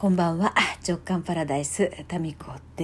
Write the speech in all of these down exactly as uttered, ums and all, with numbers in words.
こんばんは。直感パラダイスタミコです。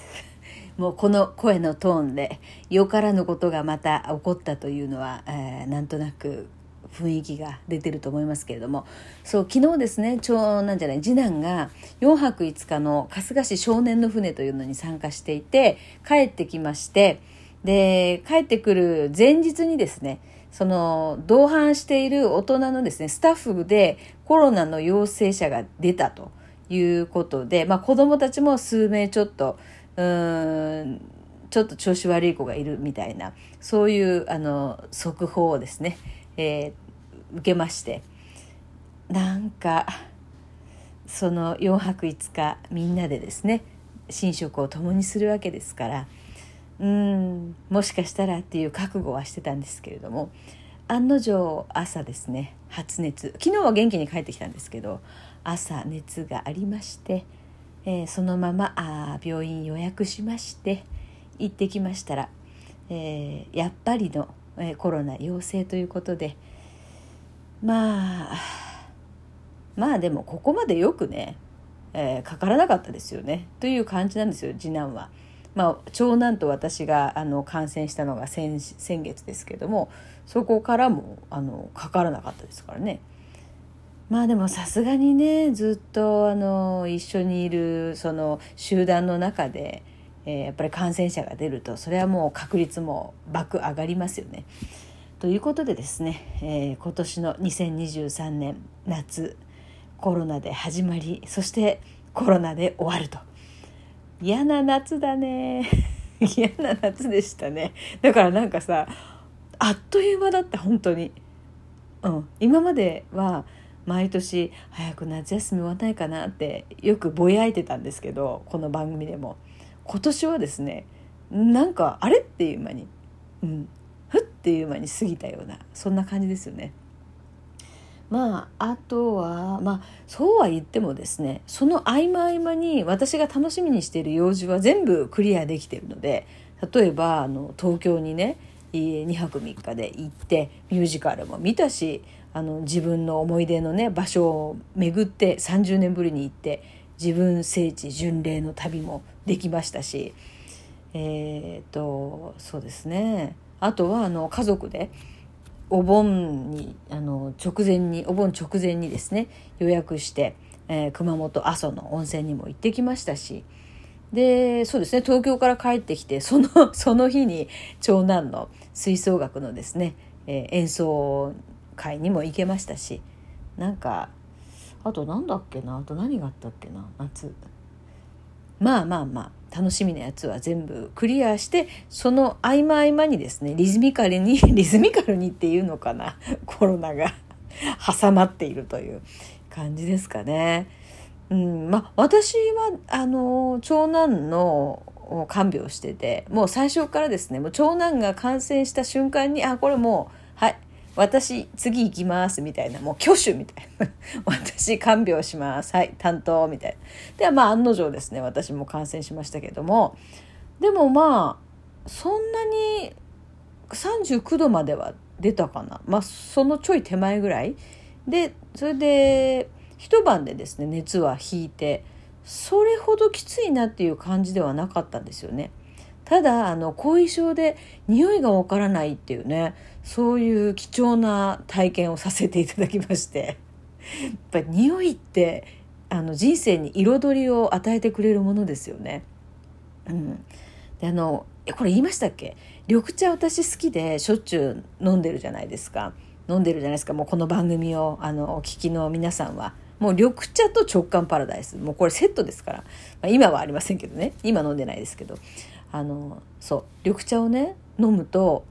もうこの声のトーンでよからぬことがまた起こったというのは、えー、なんとなく雰囲気が出てると思いますけれども、そう昨日ですね、長男じゃない次男がよんはくいつかの春日市少年の船というのに参加していて帰ってきまして、で帰ってくる前日にですね、その同伴している大人のですねスタッフでコロナの陽性者が出たということで、まあ、子どもたちも数名ちょっとうーんちょっと調子悪い子がいるみたいな、そういうあの速報をですね、えー、受けまして、なんかそのよんはくいつかみんなでですね寝食を共にするわけですから、うーんもしかしたらっていう覚悟はしてたんですけれども、案の定朝ですね発熱、昨日は元気に帰ってきたんですけど朝熱がありまして、えー、そのままあ病院予約しまして行ってきましたら、えー、やっぱりの、えー、コロナ陽性ということで、まあまあでもここまでよくね、えー、かからなかったですよねという感じなんですよ。次男はまあ、長男と私があの感染したのが 先, 先月ですけども、そこからもあのかからなかったですからね。まあでもさすがにね、ずっとあの一緒にいるその集団の中で、えー、やっぱり感染者が出るとそれはもう確率も爆上がりますよね。ということでですね、えー、今年のにせんにじゅうさんねん夏、コロナで始まり、そしてコロナで終わると、嫌な夏だね嫌な夏でしたね。だからなんかさ、あっという間だった本当に、うん、今までは毎年早く夏休み終わんないかなってよくぼやいてたんですけど、この番組でも今年はですね、なんかあれっていう間に、うん、ふっていう間に過ぎたような、そんな感じですよね。まあ、あとは、まあ、そうは言ってもですね、その合間合間に私が楽しみにしている用事は全部クリアできているので、例えばあの東京にねにはくみっかで行ってミュージカルも見たし、あの自分の思い出のね場所を巡ってさんじゅうねんぶりに行って自分聖地巡礼の旅もできましたし、えー、とそうですね、あとはあの家族でお盆にあの直前にお盆直前にですね予約して、えー、熊本阿蘇の温泉にも行ってきましたし、でそうですね、東京から帰ってきてそのその日に長男の吹奏楽のですね、えー、演奏会にも行けましたし、なんかあとなんだっけなあと何があったっけな夏、まあまあまあ楽しみなやつは全部クリアして、その合間合間にですねリズミカルにリズミカルにっていうのかな、コロナが挟まっているという感じですかね。うん、まあ私はあの長男の看病をしてて、もう最初からですね、もう長男が感染した瞬間にあこれもうはい私次行きますみたいな、もう挙手みたいな私看病しますはい担当みたいなでは、まあ案の定ですね私も感染しましたけども、でもまあそんなにさんじゅうきゅうどまでは出たかな、まあそのちょい手前ぐらいで、それで一晩でですね熱は引いて、それほどきついなっていう感じではなかったんですよね。ただあの後遺症で匂いがわからないっていうね、そういう貴重な体験をさせていただきまして、やっぱり匂いってあの人生に彩りを与えてくれるものですよね。うん、であのこれ言いましたっけ、緑茶私好きでしょっちゅう飲んでるじゃないですか飲んでるじゃないですかもうこの番組をあのお聞きの皆さんはもう緑茶と直感パラダイス、もうこれセットですから、まあ、今はありませんけどね、今飲んでないですけど、あのそう緑茶をね飲むと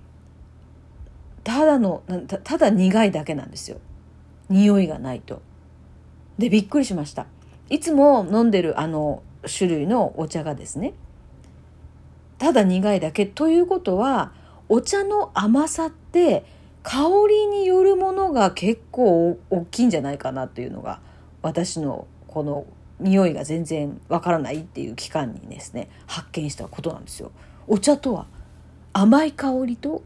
ただの た, ただ苦いだけなんですよ、匂いがないと。でびっくりしました。いつも飲んでるあの種類のお茶がですねただ苦いだけということは、お茶の甘さって香りによるものが結構大きいんじゃないかなというのが、私のこの匂いが全然わからないっていう期間にですね発見したことなんですよ。お茶とは甘い香りと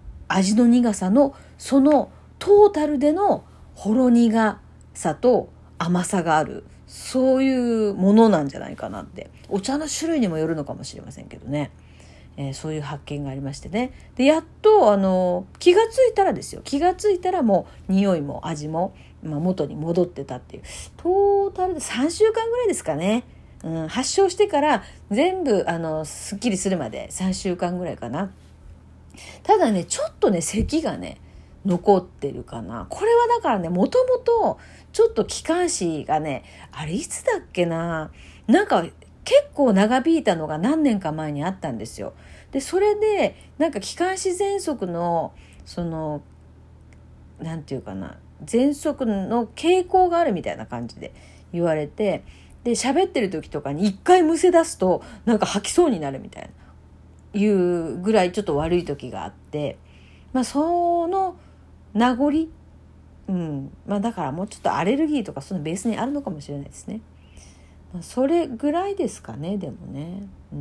味の苦さのそのトータルでのほろ苦さと甘さがある、そういうものなんじゃないかなって。お茶の種類にもよるのかもしれませんけどね、えー、そういう発見がありましてね。でやっとあの気がついたらですよ気がついたらもう匂いも味も、まあ、元に戻ってたっていう、トータルでさんしゅうかんぐらいですかね、うん、発症してから全部あのすっきりするまでさんしゅうかんぐらいかな。ただねちょっとね咳がね残ってるかな。これはだからねもともとちょっと気管支がねあれいつだっけな、なんか結構長引いたのが何年か前にあったんですよ。でそれでなんか気管支喘息のそのなんていうかな喘息の傾向があるみたいな感じで言われて、で喋ってる時とかに一回むせ出すとなんか吐きそうになるみたいないうぐらいちょっと悪い時があって、まあその名残、うんまあ、だからもうちょっとアレルギーとかそのベースにあるのかもしれないですね。まあ、それぐらいですかね。でもね、うん、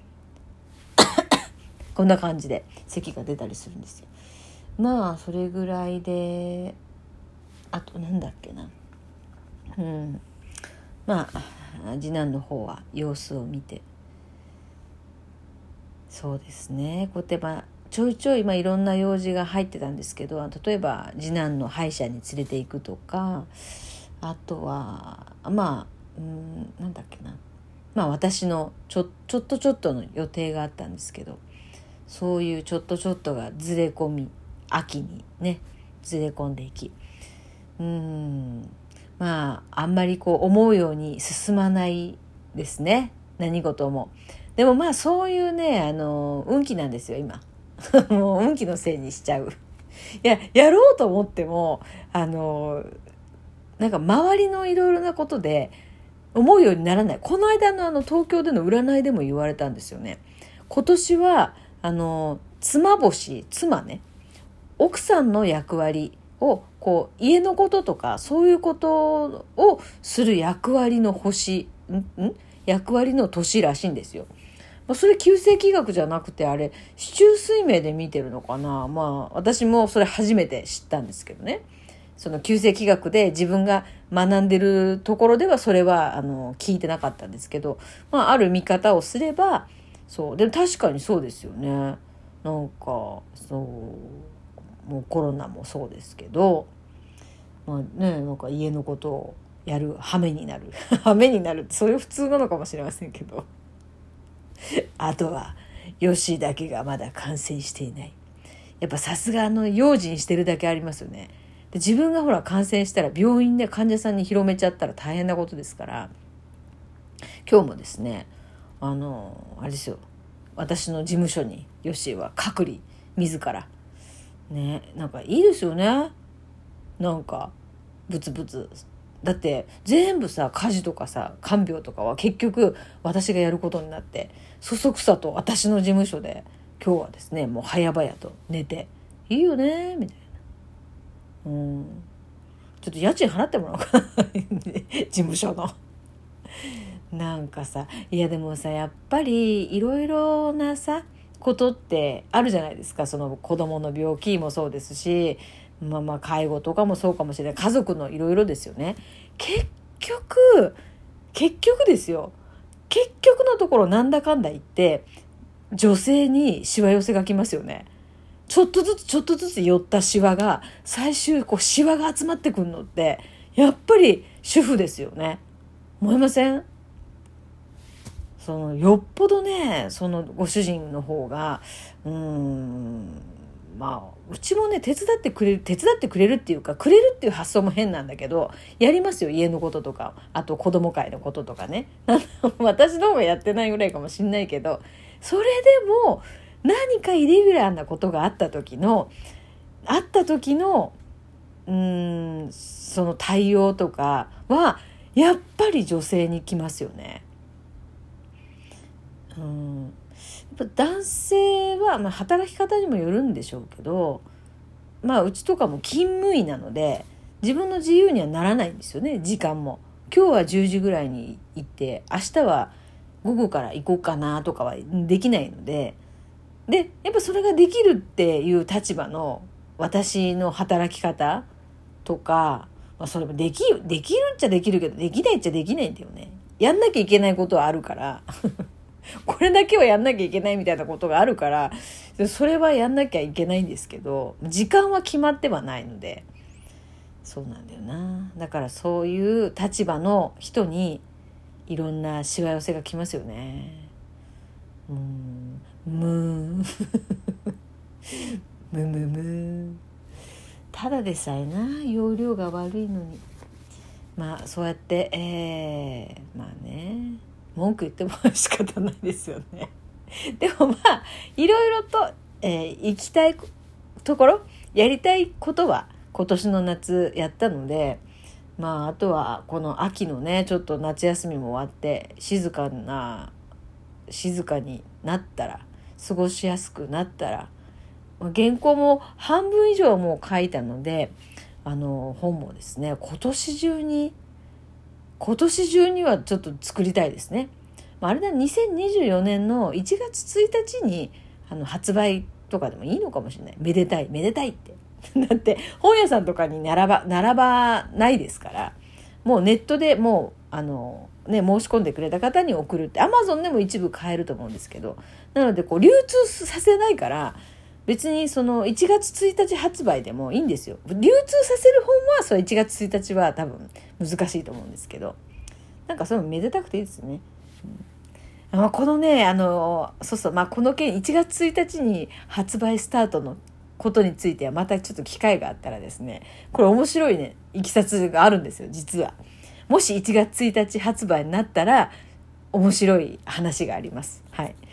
こんな感じで咳が出たりするんですよ。まあそれぐらいで、あとなんだっけな、うん、まあ次男の方は様子を見て、そうですね、こうやってまあちょいちょい、まあ、いろんな用事が入ってたんですけど、例えば次男の歯医者に連れて行くとか、あとはまあうんなんだっけな、まあ私のちょ、ちょっとちょっとの予定があったんですけど、そういうちょっとちょっとがずれ込み、秋にねずれ込んでいき、うーんまああんまりこう思うように進まないですね、何事も。でもまあそういうねあの運気なんですよ今もう運気のせいにしちゃういややろうと思ってもあのなんか周りのいろいろなことで思うようにならない。この間のあの東京での占いでも言われたんですよね。今年はあの妻星、妻ね、奥さんの役割をこう家のこととかそういうことをする役割の星んん役割の年らしいんですよ。それ旧世紀学じゃなくてあれ四柱推命で見てるのかな。まあ私もそれ初めて知ったんですけどね。その旧世紀学で自分が学んでるところではそれはあの聞いてなかったんですけど、まあある見方をすればそうでも確かにそうですよね。なんかそうもうコロナもそうですけど、まあねなんか家のことをやる羽目になる羽目になるってそれ普通なのかもしれませんけどあとはヨッシーだけがまだ感染していない。やっぱさすがあの用心してるだけありますよね。で自分がほら感染したら病院で患者さんに広めちゃったら大変なことですから、今日もですねあのあれですよ、私の事務所にヨッシーは隔離自らね、なんかいいですよね。なんかブツブツだって全部さ家事とかさ看病とかは結局私がやることになって、そそくさと私の事務所で今日はですねもう早々と寝ていいよねみたいな、うんちょっと家賃払ってもらおうかな事務所のなんかさ、いやでもさやっぱりいろいろなさことってあるじゃないですか。その子供の病気もそうですし、まあまあ介護とかもそうかもしれない。家族のいろいろですよね。結局結局ですよ結局のところなんだかんだ言って女性にしわ寄せがきますよね。ちょっとずつちょっとずつ寄ったしわが最終こうしわが集まってくるのってやっぱり主婦ですよね。思いません？そのよっぽどねそのご主人の方がうーんまあうちもね手伝ってくれる手伝ってくれるっていうかくれるっていう発想も変なんだけどやりますよ。家のこととかあと子供会のこととかね私の方がやってないぐらいかもしんないけど、それでも何かイレギュラーなことがあった時のあった時のうーんその対応とかはやっぱり女性に来ますよね。うん、やっぱ男性は、まあ、働き方にもよるんでしょうけど、まあうちとかも勤務医なので自分の自由にはならないんですよね。時間も今日はじゅうじぐらいに行って明日は午後から行こうかなとかはできないので、でやっぱそれができるっていう立場の私の働き方とかまあ、それもできできるっちゃできるけどできないっちゃできないんだよね。やんなきゃいけないことはあるからこれだけはやんなきゃいけないみたいなことがあるからそれはやんなきゃいけないんですけど、時間は決まってはないので、そうなんだよな。だからそういう立場の人にいろんなしわ寄せが来ますよね。うーんむーむむむただでさえな容量が悪いのに、まあそうやって、えー、まあね文句言っても仕方ないですよねでもまあいろいろと、えー、行きたいところやりたいことは今年の夏やったので、まああとはこの秋のねちょっと夏休みも終わって静かな静かになったら過ごしやすくなったら、原稿も半分以上もう書いたので、あの本もですね今年中に今年中にはちょっと作りたいですね。あれだにせんにじゅうよねんのいちがつついたちにあの発売とかでもいいのかもしれない。めでたいめでたいってだって本屋さんとかに並ば並ばないですから、もうネットでもうあのね申し込んでくれた方に送るって、アマゾンでも一部買えると思うんですけど、なのでこう流通させないから別にそのいちがつついたち発売でもいいんですよ。流通させる本はそういちがつついたちは多分難しいと思うんですけど、なんかそういうのめでたくていいですね。うん、まあ、このねあのそうそうまあこの件いちがつついたちに発売スタートのことについてはまたちょっと機会があったらですね、これ面白いねいきさつがあるんですよ実は。もしいちがつついたち発売になったら面白い話があります。はい。